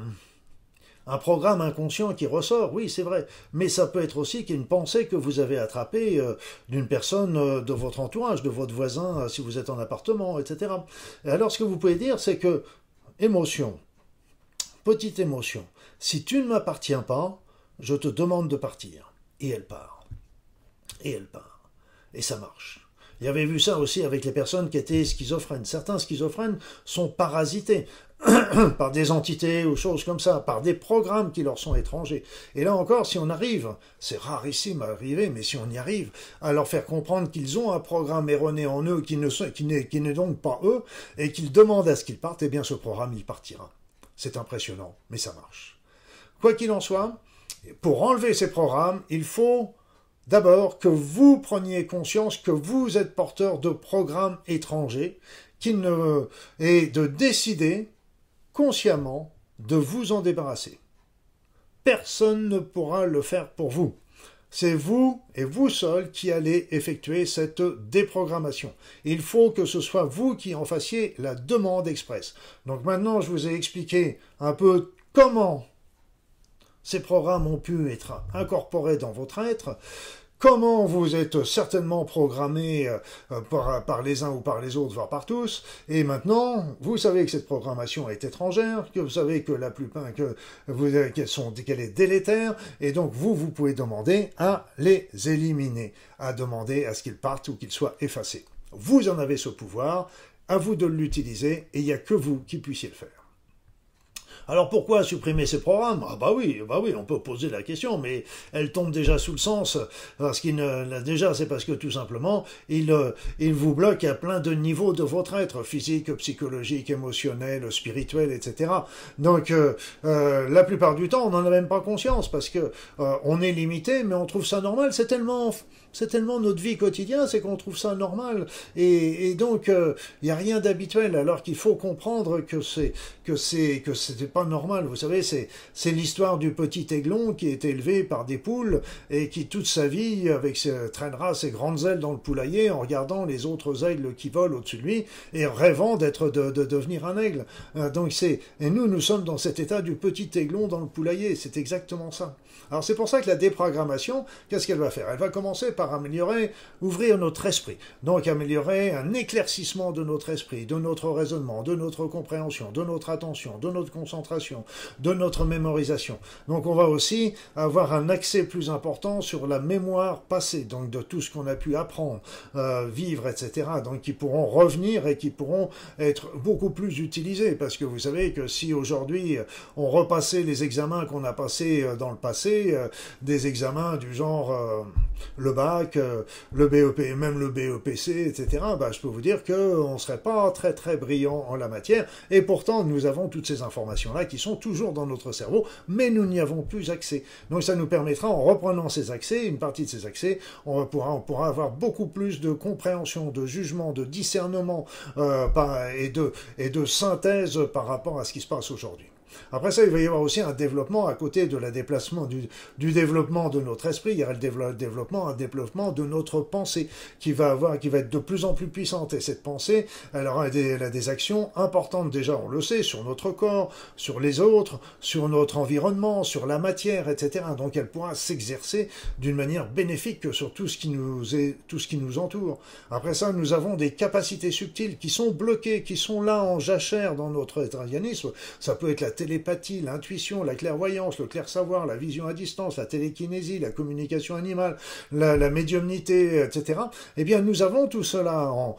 un programme inconscient qui ressort, oui, c'est vrai, mais ça peut être aussi qu'il y a une pensée que vous avez attrapée euh, d'une personne euh, de votre entourage, de votre voisin, euh, si vous êtes en appartement, et cetera. Et alors ce que vous pouvez dire, c'est que émotion, petite émotion. Si tu ne m'appartiens pas, je te demande de partir. Et elle part. Et elle part. Et ça marche. Il y avait vu ça aussi avec les personnes qui étaient schizophrènes. Certains schizophrènes sont parasités par des entités ou choses comme ça, par des programmes qui leur sont étrangers. Et là encore, si on arrive, c'est rarissime à arriver, mais si on y arrive, à leur faire comprendre qu'ils ont un programme erroné en eux, qui ne sont, qui n'est, qui n'est donc pas eux, et qu'ils demandent à ce qu'ils partent, eh bien ce programme, il partira. C'est impressionnant, mais ça marche. Quoi qu'il en soit, pour enlever ces programmes, il faut d'abord que vous preniez conscience que vous êtes porteur de programmes étrangers, qui ne, et de décider consciemment de vous en débarrasser. Personne ne pourra le faire pour vous. C'est vous et vous seul qui allez effectuer cette déprogrammation. Il faut que ce soit vous qui en fassiez la demande express. Donc maintenant, je vous ai expliqué un peu comment ces programmes ont pu être incorporés dans votre être, comment vous êtes certainement programmé euh, par, par les uns ou par les autres, voire par tous, et maintenant, vous savez que cette programmation est étrangère, que vous savez que la plupart, que vous, qu'elles sont, qu'elle est délétère, et donc vous, vous pouvez demander à les éliminer, à demander à ce qu'ils partent ou qu'ils soient effacés. Vous en avez ce pouvoir, à vous de l'utiliser, et il n'y a que vous qui puissiez le faire. Alors pourquoi supprimer ces programmes? Ah bah oui, bah oui, on peut poser la question, mais elle tombe déjà sous le sens, parce qu'il ne, déjà c'est parce que tout simplement, il, il vous bloque à plein de niveaux de votre être, physique, psychologique, émotionnel, spirituel, et cetera. Donc euh, euh, la plupart du temps, on n'en a même pas conscience, parce que euh, on est limité, mais on trouve ça normal, c'est tellement... C'est tellement notre vie quotidienne, c'est qu'on trouve ça normal. Et, et donc, il euh, n'y a rien d'habituel, alors qu'il faut comprendre que c'est que c'est que c'était pas normal. Vous savez, c'est c'est l'histoire du petit aiglon qui est élevé par des poules et qui, toute sa vie, avec ses, traînera ses grandes ailes dans le poulailler en regardant les autres aigles qui volent au-dessus de lui et rêvant d'être de, de devenir un aigle. Euh, donc c'est et nous, nous sommes dans cet état du petit aiglon dans le poulailler. C'est exactement ça. Alors c'est pour ça que la déprogrammation, qu'est-ce qu'elle va faire? Elle va commencer par améliorer, ouvrir notre esprit. Donc améliorer un éclaircissement de notre esprit, de notre raisonnement, de notre compréhension, de notre attention, de notre concentration, de notre mémorisation. Donc on va aussi avoir un accès plus important sur la mémoire passée, donc de tout ce qu'on a pu apprendre, euh, vivre, et cetera. Donc qui pourront revenir et qui pourront être beaucoup plus utilisés. Parce que vous savez que si aujourd'hui on repassait les examens qu'on a passés dans le passé, euh, des examens du genre euh, le bac, euh, le B E P, même le B E P C, et cetera, bah, je peux vous dire qu'on ne serait pas très très brillant en la matière, et pourtant nous avons toutes ces informations-là qui sont toujours dans notre cerveau, mais nous n'y avons plus accès. Donc ça nous permettra, en reprenant ces accès, une partie de ces accès, on pourra, on pourra avoir beaucoup plus de compréhension, de jugement, de discernement euh, par, et, de, et de synthèse par rapport à ce qui se passe aujourd'hui. Après ça, il va y avoir aussi un développement à côté de la déplacement du, du développement de notre esprit. Il y aura le développement, un développement de notre pensée qui va avoir, qui va être de plus en plus puissante. Et cette pensée, elle aura des, elle a des actions importantes déjà, on le sait, sur notre corps, sur les autres, sur notre environnement, sur la matière, et cetera. Donc elle pourra s'exercer d'une manière bénéfique sur tout ce qui nous est, tout ce qui nous entoure. Après ça, nous avons des capacités subtiles qui sont bloquées, qui sont là en jachère dans notre organisme. Ça peut être la télépathie, l'intuition, la clairvoyance, le clair-savoir, la vision à distance, la télékinésie, la communication animale, la, la médiumnité, et cetera. Eh bien, nous avons tout cela en,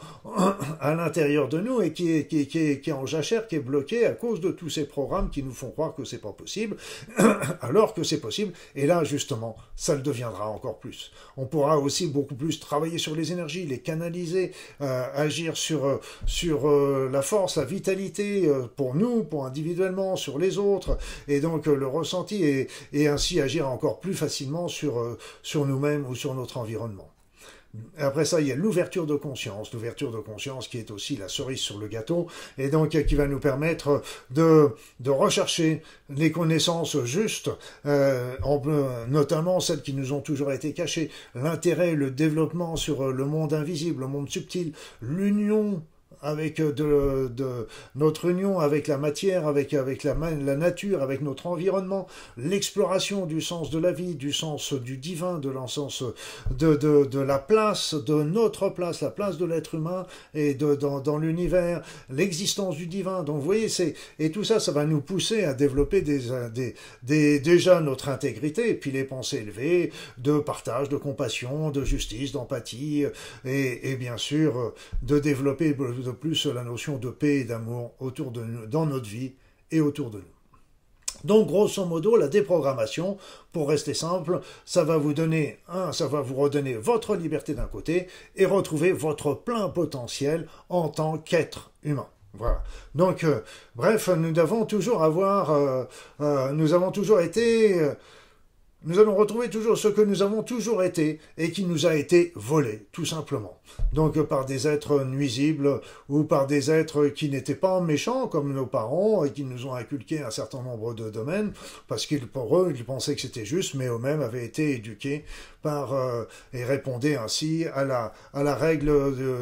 à l'intérieur de nous et qui est, qui, est, qui, est, qui est en jachère, qui est bloqué à cause de tous ces programmes qui nous font croire que c'est pas possible, alors que c'est possible. Et là, justement, ça le deviendra encore plus. On pourra aussi beaucoup plus travailler sur les énergies, les canaliser, euh, agir sur, sur euh, la force, la vitalité euh, pour nous, pour individuellement, sur les autres, et donc euh, le ressenti, et, et ainsi agir encore plus facilement sur, euh, sur nous-mêmes ou sur notre environnement. Après ça, il y a l'ouverture de conscience, l'ouverture de conscience qui est aussi la cerise sur le gâteau, et donc qui va nous permettre de, de rechercher les connaissances justes, euh, en, notamment celles qui nous ont toujours été cachées, l'intérêt, le développement sur le monde invisible, le monde subtil, l'union avec de, de notre union avec la matière, avec, avec la, la nature, avec notre environnement, l'exploration du sens de la vie, du sens du divin, de l'essence de, de, de la place, de notre place, la place de l'être humain et de, dans, dans l'univers, l'existence du divin. Donc vous voyez, c'est, et tout ça, ça va nous pousser à développer des, des, des, déjà notre intégrité, et puis les pensées élevées, de partage, de compassion, de justice, d'empathie, et, et bien sûr de développer de plus la notion de paix et d'amour autour de nous, dans notre vie et autour de nous. Donc, grosso modo, la déprogrammation, pour rester simple, ça va vous donner, un, ça va vous redonner votre liberté d'un côté et retrouver votre plein potentiel en tant qu'être humain. Voilà. Donc, euh, bref, nous devons toujours avoir, euh, euh, nous avons toujours été... Euh, Nous allons retrouver toujours ce que nous avons toujours été et qui nous a été volé, tout simplement. Donc par des êtres nuisibles ou par des êtres qui n'étaient pas méchants comme nos parents et qui nous ont inculqué un certain nombre de domaines parce qu'ils, pour eux, ils pensaient que c'était juste, mais eux-mêmes avaient été éduqués par euh, et répondaient ainsi à la, à la règle de,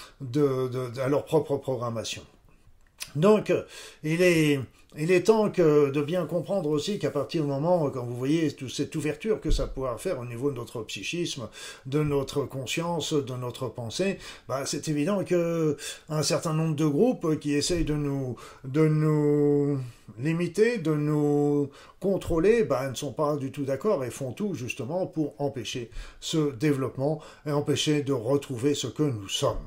de, de, à leur propre programmation. Donc, il est, il est temps que de bien comprendre aussi qu'à partir du moment, quand vous voyez toute cette ouverture que ça pourra faire au niveau de notre psychisme, de notre conscience, de notre pensée, bah, c'est évident que un certain nombre de groupes qui essayent de nous, de nous limiter, de nous contrôler, bah, ne sont pas du tout d'accord et font tout justement pour empêcher ce développement et empêcher de retrouver ce que nous sommes.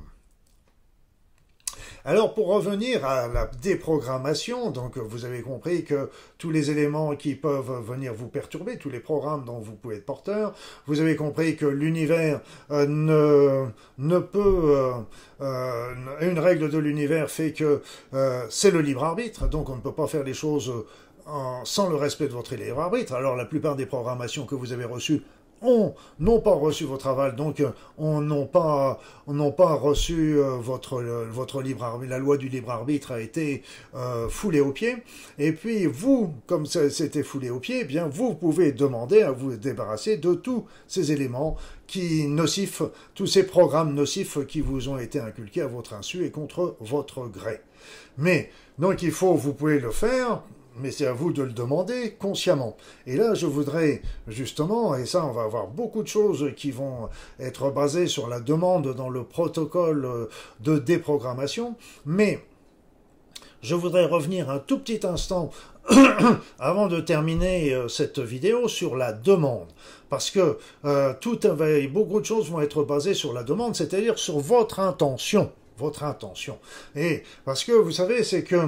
Alors pour revenir à la déprogrammation, donc vous avez compris que tous les éléments qui peuvent venir vous perturber, tous les programmes dont vous pouvez être porteur, vous avez compris que l'univers euh, ne, ne peut, euh, euh, une règle de l'univers fait que euh, c'est le libre arbitre, donc on ne peut pas faire les choses en, sans le respect de votre libre arbitre. Alors la plupart des programmations que vous avez reçues ont n'ont pas reçu votre aval, donc on n'ont pas n'ont pas reçu euh, votre euh, votre libre arbitre. La loi du libre arbitre a été euh, foulée aux pieds. Et puis vous, comme c'était foulé aux pieds, eh bien vous pouvez demander à vous débarrasser de tous ces éléments qui nocifs, tous ces programmes nocifs qui vous ont été inculqués à votre insu et contre votre gré. Mais donc il faut, vous pouvez le faire. Mais c'est à vous de le demander consciemment. Et là, je voudrais justement, et ça, on va avoir beaucoup de choses qui vont être basées sur la demande dans le protocole de déprogrammation, mais je voudrais revenir un tout petit instant avant de terminer cette vidéo sur la demande. Parce que euh, tout, beaucoup de choses vont être basées sur la demande, c'est-à-dire sur votre intention. Votre intention. Et parce que, vous savez, c'est que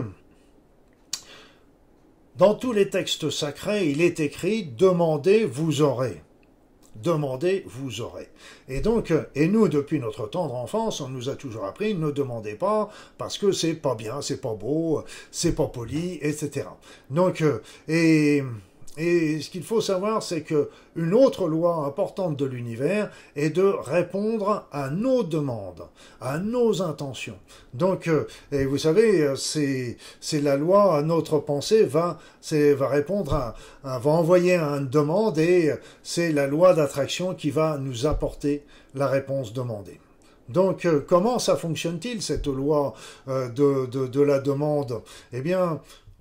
dans tous les textes sacrés, il est écrit « Demandez, vous aurez ». Demandez, vous aurez. Et donc, et nous, depuis notre tendre enfance, on nous a toujours appris « Ne demandez pas parce que c'est pas bien, c'est pas beau, c'est pas poli, et cetera » Donc, et, Et ce qu'il faut savoir, c'est que une autre loi importante de l'univers est de répondre à nos demandes, à nos intentions. Donc, euh, et vous savez, c'est c'est la loi, notre pensée va c'est va répondre à, à va envoyer une demande et c'est la loi d'attraction qui va nous apporter la réponse demandée. Donc, euh, comment ça fonctionne-t-il, cette loi euh, de, de, de la demande? Eh bien,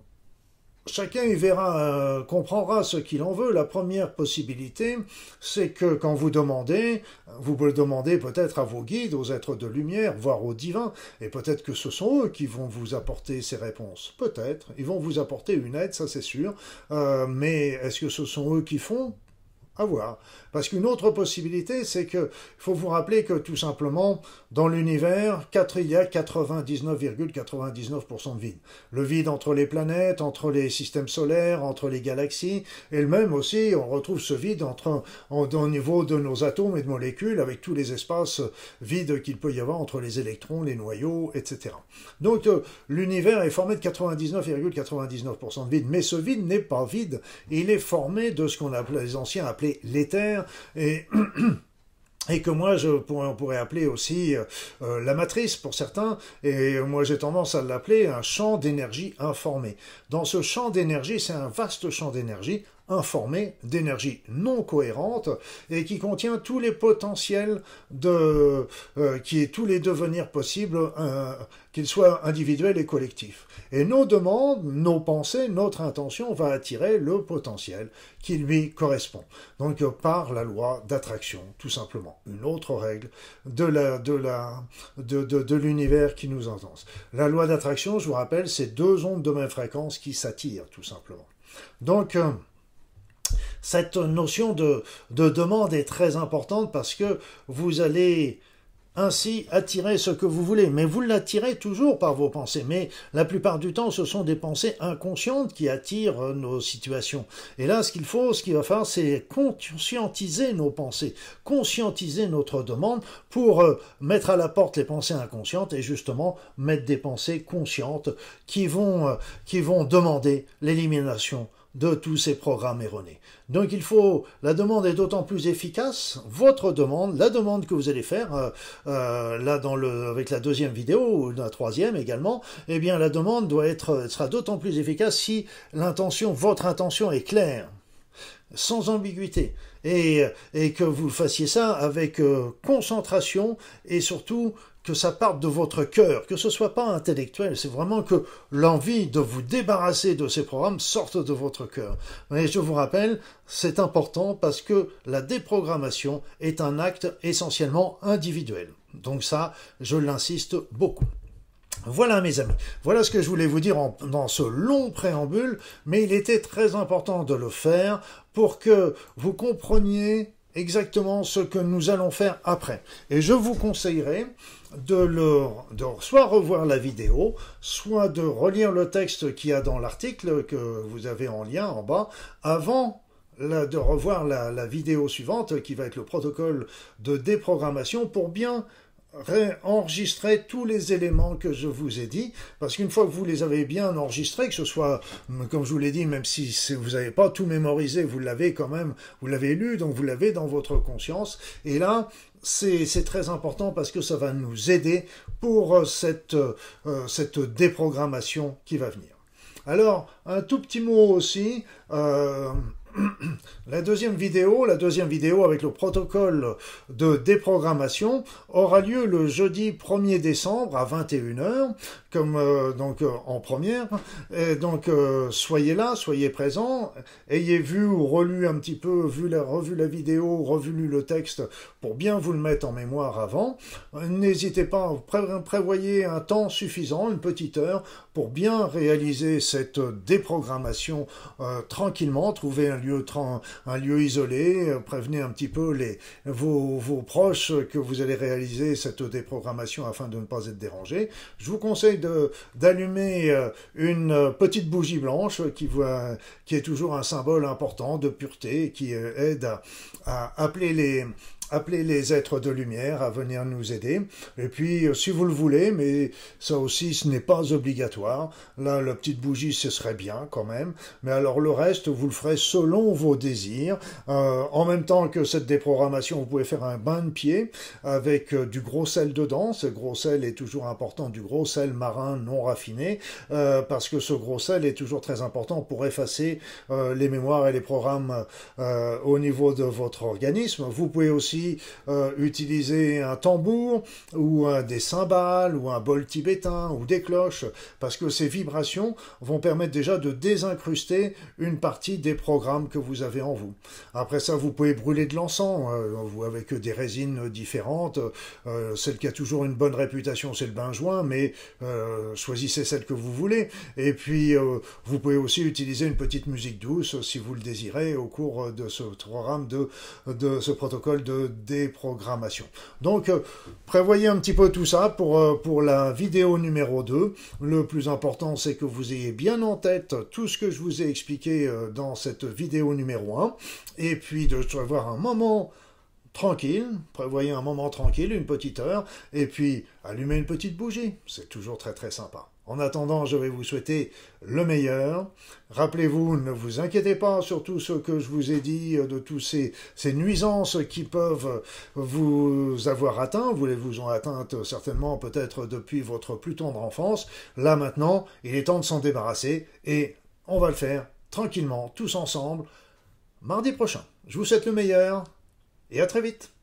chacun y verra, euh, comprendra ce qu'il en veut. La première possibilité, c'est que quand vous demandez, vous le demandez peut-être à vos guides, aux êtres de lumière, voire aux divins, et peut-être que ce sont eux qui vont vous apporter ces réponses. Peut-être, ils vont vous apporter une aide, ça c'est sûr, euh, mais est-ce que ce sont eux qui font ? À voir. Parce qu'une autre possibilité, c'est que il faut vous rappeler que tout simplement, dans l'univers, il y a quatre-vingt-dix-neuf virgule quatre-vingt-dix-neuf pour cent de vide. Le vide entre les planètes, entre les systèmes solaires, entre les galaxies, et le même aussi, on retrouve ce vide entre, en, au niveau de nos atomes et de molécules, avec tous les espaces vides qu'il peut y avoir entre les électrons, les noyaux, et cetera. Donc, euh, l'univers est formé de quatre-vingt-dix-neuf virgule quatre-vingt-dix-neuf pour cent de vide, mais ce vide n'est pas vide, il est formé de ce qu'on appelait, les anciens appelaient l'éther, et, et que moi je pourrais, on pourrait appeler aussi euh, la matrice pour certains, et moi j'ai tendance à l'appeler un champ d'énergie informé. Dans ce champ d'énergie, c'est un vaste champ d'énergie informé, d'énergie non cohérente, et qui contient tous les potentiels, de, euh, qui est tous les devenirs possibles, euh, qu'ils soient individuels et collectifs. Et nos demandes, nos pensées, notre intention va attirer le potentiel qui lui correspond. Donc euh, par la loi d'attraction, tout simplement. Une autre règle de la de la de, de, de l'univers qui nous entense. La loi d'attraction, je vous rappelle, c'est deux ondes de même fréquence qui s'attirent, tout simplement. Donc euh, cette notion de, de demande est très importante parce que vous allez ainsi attirer ce que vous voulez. Mais vous l'attirez toujours par vos pensées. Mais la plupart du temps, ce sont des pensées inconscientes qui attirent nos situations. Et là, ce qu'il faut, ce qu'il va faire, c'est conscientiser nos pensées, conscientiser notre demande pour euh, mettre à la porte les pensées inconscientes et justement mettre des pensées conscientes qui vont, euh, qui vont demander l'élimination de tous ces programmes erronés. Donc il faut, la demande est d'autant plus efficace, votre demande, la demande que vous allez faire, euh, euh, là dans le, avec la deuxième vidéo, ou la troisième également, eh bien la demande doit être, sera d'autant plus efficace si l'intention, votre intention est claire, sans ambiguïté, et, et que vous fassiez ça avec euh, concentration et surtout que ça parte de votre cœur, que ce soit pas intellectuel, c'est vraiment que l'envie de vous débarrasser de ces programmes sorte de votre cœur. Mais je vous rappelle, c'est important parce que la déprogrammation est un acte essentiellement individuel. Donc ça, je l'insiste beaucoup. Voilà mes amis, voilà ce que je voulais vous dire en, dans ce long préambule, mais il était très important de le faire pour que vous compreniez exactement ce que nous allons faire après. Et je vous conseillerais de, le, de soit revoir la vidéo, soit de relire le texte qu'il y a dans l'article que vous avez en lien en bas, avant la, de revoir la, la vidéo suivante qui va être le protocole de déprogrammation pour bien enregistrer tous les éléments que je vous ai dit, parce qu'une fois que vous les avez bien enregistrés, que ce soit, comme je vous l'ai dit, même si vous n'avez pas tout mémorisé, vous l'avez quand même, vous l'avez lu, donc vous l'avez dans votre conscience, et là, c'est très important parce que ça va nous aider pour cette, euh, cette déprogrammation qui va venir. Alors, un tout petit mot aussi, euh, La deuxième vidéo, la deuxième vidéo avec le protocole de déprogrammation aura lieu le jeudi premier décembre à vingt et une heures, comme euh, donc euh, en première. Et donc euh, soyez là, soyez présents, ayez vu ou relu un petit peu, vu la, revu la vidéo, revu le texte pour bien vous le mettre en mémoire avant. N'hésitez pas, pré prévoyez un temps suffisant, une petite heure, pour bien réaliser cette déprogrammation euh, tranquillement, trouver un lieu, un lieu isolé, euh, prévenez un petit peu les, vos, vos proches que vous allez réaliser cette déprogrammation afin de ne pas être dérangé. Je vous conseille d'allumer euh, une petite bougie blanche qui, voit, qui est toujours un symbole important de pureté, qui euh, aide à, à appeler les appelez les êtres de lumière à venir nous aider. Et puis, si vous le voulez, mais ça aussi, ce n'est pas obligatoire. Là, la petite bougie, ce serait bien quand même. Mais alors, le reste, vous le ferez selon vos désirs. Euh, en même temps que cette déprogrammation, vous pouvez faire un bain de pied avec euh, du gros sel dedans. Ce gros sel est toujours important, du gros sel marin non raffiné, euh, parce que ce gros sel est toujours très important pour effacer euh, les mémoires et les programmes euh, au niveau de votre organisme. Vous pouvez aussi Euh, utiliser un tambour ou un, des cymbales ou un bol tibétain ou des cloches, parce que ces vibrations vont permettre déjà de désincruster une partie des programmes que vous avez en vous. Après ça, vous pouvez brûler de l'encens euh, avec des résines différentes. Euh, celle qui a toujours une bonne réputation, c'est le benjoin, mais euh, choisissez celle que vous voulez. Et puis, euh, vous pouvez aussi utiliser une petite musique douce si vous le désirez au cours de ce programme, de, de ce protocole de déprogrammation. Donc, euh, prévoyez un petit peu tout ça pour, euh, pour la vidéo numéro deux. Le plus important, c'est que vous ayez bien en tête tout ce que je vous ai expliqué euh, dans cette vidéo numéro un, et puis de avoir un moment tranquille, prévoyez un moment tranquille, une petite heure, et puis allumez une petite bougie. C'est toujours très très sympa. En attendant, je vais vous souhaiter le meilleur. Rappelez-vous, ne vous inquiétez pas sur tout ce que je vous ai dit, de toutes ces, ces nuisances qui peuvent vous avoir atteint. Vous les vous ont atteintes certainement peut-être depuis votre plus tendre enfance. Là maintenant, il est temps de s'en débarrasser et on va le faire tranquillement, tous ensemble, mardi prochain. Je vous souhaite le meilleur et à très vite.